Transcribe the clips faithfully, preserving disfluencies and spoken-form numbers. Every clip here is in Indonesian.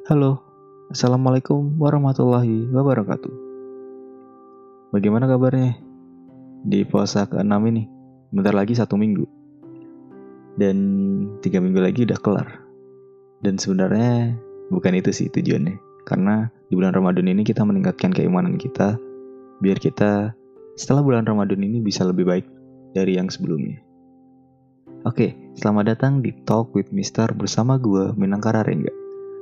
Halo, Assalamualaikum warahmatullahi wabarakatuh. Bagaimana kabarnya di puasa keenam ini? Bentar lagi satu minggu. Dan tiga minggu lagi udah kelar. Dan sebenarnya bukan itu sih tujuannya. Karena di bulan Ramadan ini kita meningkatkan keimanan kita, biar kita setelah bulan Ramadan ini bisa lebih baik dari yang sebelumnya. Oke, selamat datang di Talk with Mister bersama gue, Minangkara Rengga.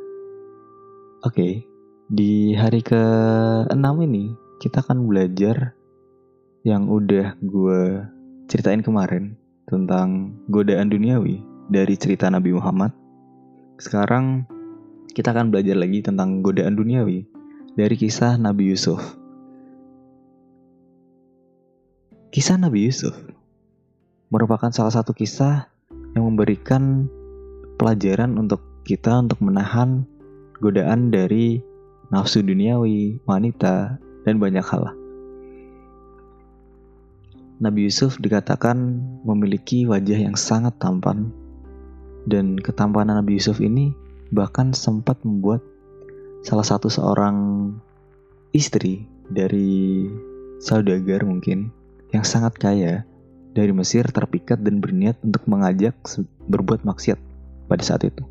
Oke, di hari ke-enam ini kita akan belajar yang udah gue ceritain kemarin tentang godaan duniawi dari cerita Nabi Muhammad. Sekarang kita akan belajar lagi tentang godaan duniawi dari kisah Nabi Yusuf. Kisah Nabi Yusuf merupakan salah satu kisah yang memberikan pelajaran untuk kita untuk menahan godaan dari nafsu duniawi, wanita, dan banyak hal. Nabi Yusuf dikatakan memiliki wajah yang sangat tampan, dan ketampanan Nabi Yusuf ini bahkan sempat membuat salah satu seorang istri dari saudagar mungkin yang sangat kaya dari Mesir terpikat dan berniat untuk mengajak berbuat maksiat pada saat itu.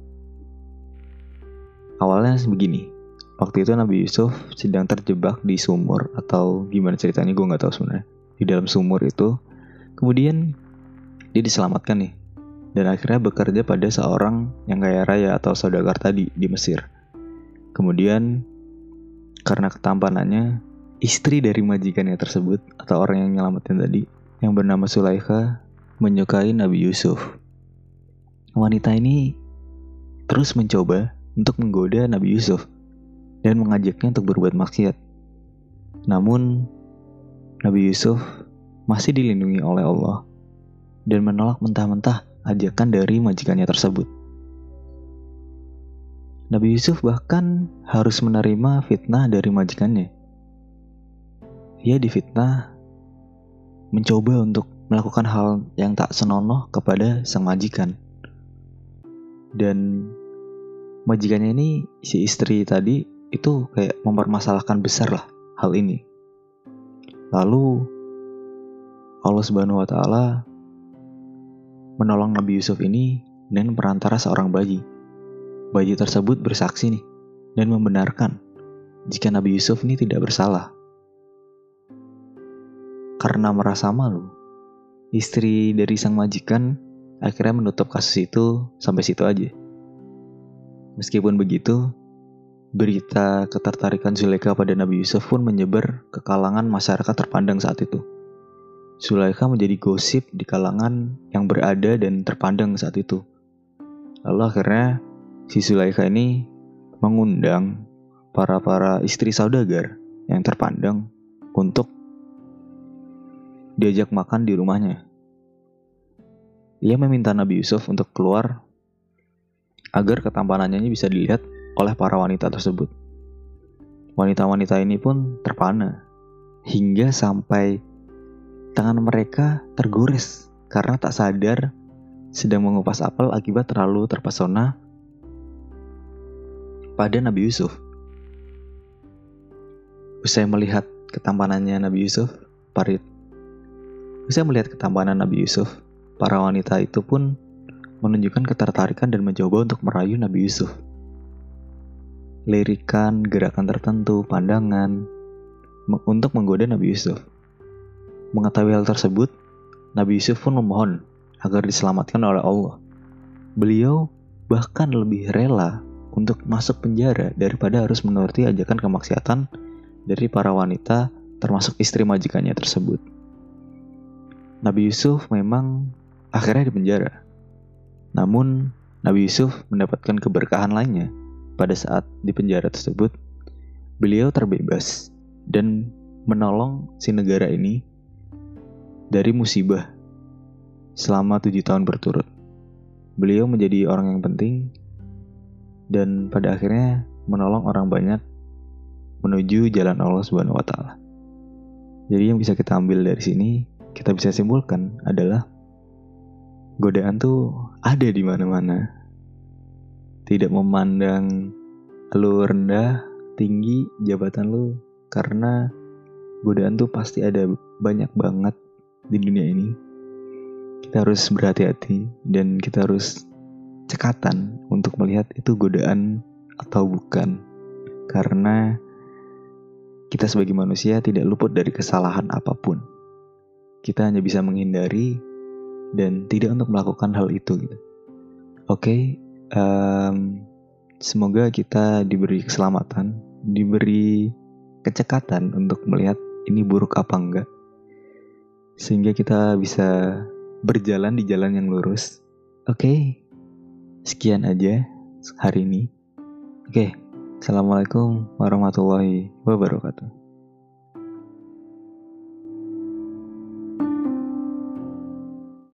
Awalnya begini, waktu itu Nabi Yusuf sedang terjebak di sumur atau gimana ceritanya gue gak tahu sebenarnya. Di dalam sumur itu, kemudian dia diselamatkan nih. Dan akhirnya bekerja pada seorang yang kaya raya atau saudagar tadi di Mesir. Kemudian karena ketampanannya, istri dari majikannya tersebut atau orang yang nyelamatin tadi, yang bernama Sulaikha, menyukai Nabi Yusuf. Wanita ini terus mencoba untuk menggoda Nabi Yusuf dan mengajaknya untuk berbuat maksiat. Namun Nabi Yusuf masih dilindungi oleh Allah dan menolak mentah-mentah ajakan dari majikannya tersebut. Nabi Yusuf bahkan harus menerima fitnah dari majikannya. Ia difitnah mencoba untuk melakukan hal yang tak senonoh kepada sang majikan. Dan majikannya ini, si istri tadi, itu kayak mempermasalahkan besar lah hal ini. Lalu Allah Subhanahu wa Ta'ala menolong Nabi Yusuf ini dengan perantara seorang bayi. Bayi tersebut bersaksi nih dan membenarkan jika Nabi Yusuf ini tidak bersalah. Karena merasa malu, istri dari sang majikan akhirnya menutup kasus itu sampai situ aja. Meskipun begitu, berita ketertarikan Zulaikha pada Nabi Yusuf pun menyebar ke kalangan masyarakat terpandang saat itu. Zulaikha menjadi gosip di kalangan yang berada dan terpandang saat itu. Lalu akhirnya si Zulaikha ini mengundang para-para istri saudagar yang terpandang untuk diajak makan di rumahnya. Ia meminta Nabi Yusuf untuk keluar agar ketampanannya bisa dilihat oleh para wanita tersebut. Wanita-wanita ini pun terpana hingga sampai tangan mereka tergores karena tak sadar sedang mengupas apel akibat terlalu terpesona pada Nabi Yusuf. Usai melihat ketampanannya Nabi Yusuf, parit. Usai melihat ketampanan Nabi Yusuf, para wanita itu pun menunjukkan ketertarikan dan mencoba untuk merayu Nabi Yusuf. Lirikan, gerakan tertentu, pandangan untuk menggoda Nabi Yusuf. Mengetahui hal tersebut, Nabi Yusuf pun memohon agar diselamatkan oleh Allah. Beliau bahkan lebih rela untuk masuk penjara daripada harus menuruti ajakan kemaksiatan dari para wanita termasuk istri majikannya tersebut. Nabi Yusuf memang akhirnya dipenjara. Namun, Nabi Yusuf mendapatkan keberkahan lainnya. Pada saat di penjara tersebut, beliau terbebas dan menolong si negara ini dari musibah selama tujuh tahun berturut. Beliau menjadi orang yang penting dan pada akhirnya menolong orang banyak menuju jalan Allah Subhanahu wa Ta'ala. Jadi yang bisa kita ambil dari sini, kita bisa simpulkan adalah godaan tuh ada di mana-mana. Tidak memandang lu rendah, tinggi jabatan lu, karena godaan tuh pasti ada banyak banget di dunia ini. Kita harus berhati-hati dan kita harus cekatan untuk melihat itu godaan atau bukan. Karena kita sebagai manusia tidak luput dari kesalahan apapun. Kita hanya bisa menghindari dan tidak untuk melakukan hal itu gitu. Oke, okay, um, semoga kita diberi keselamatan, diberi kecekatan untuk melihat ini buruk apa enggak, sehingga kita bisa berjalan di jalan yang lurus. Oke, okay, sekian aja hari ini. Oke, okay, assalamualaikum warahmatullahi wabarakatuh.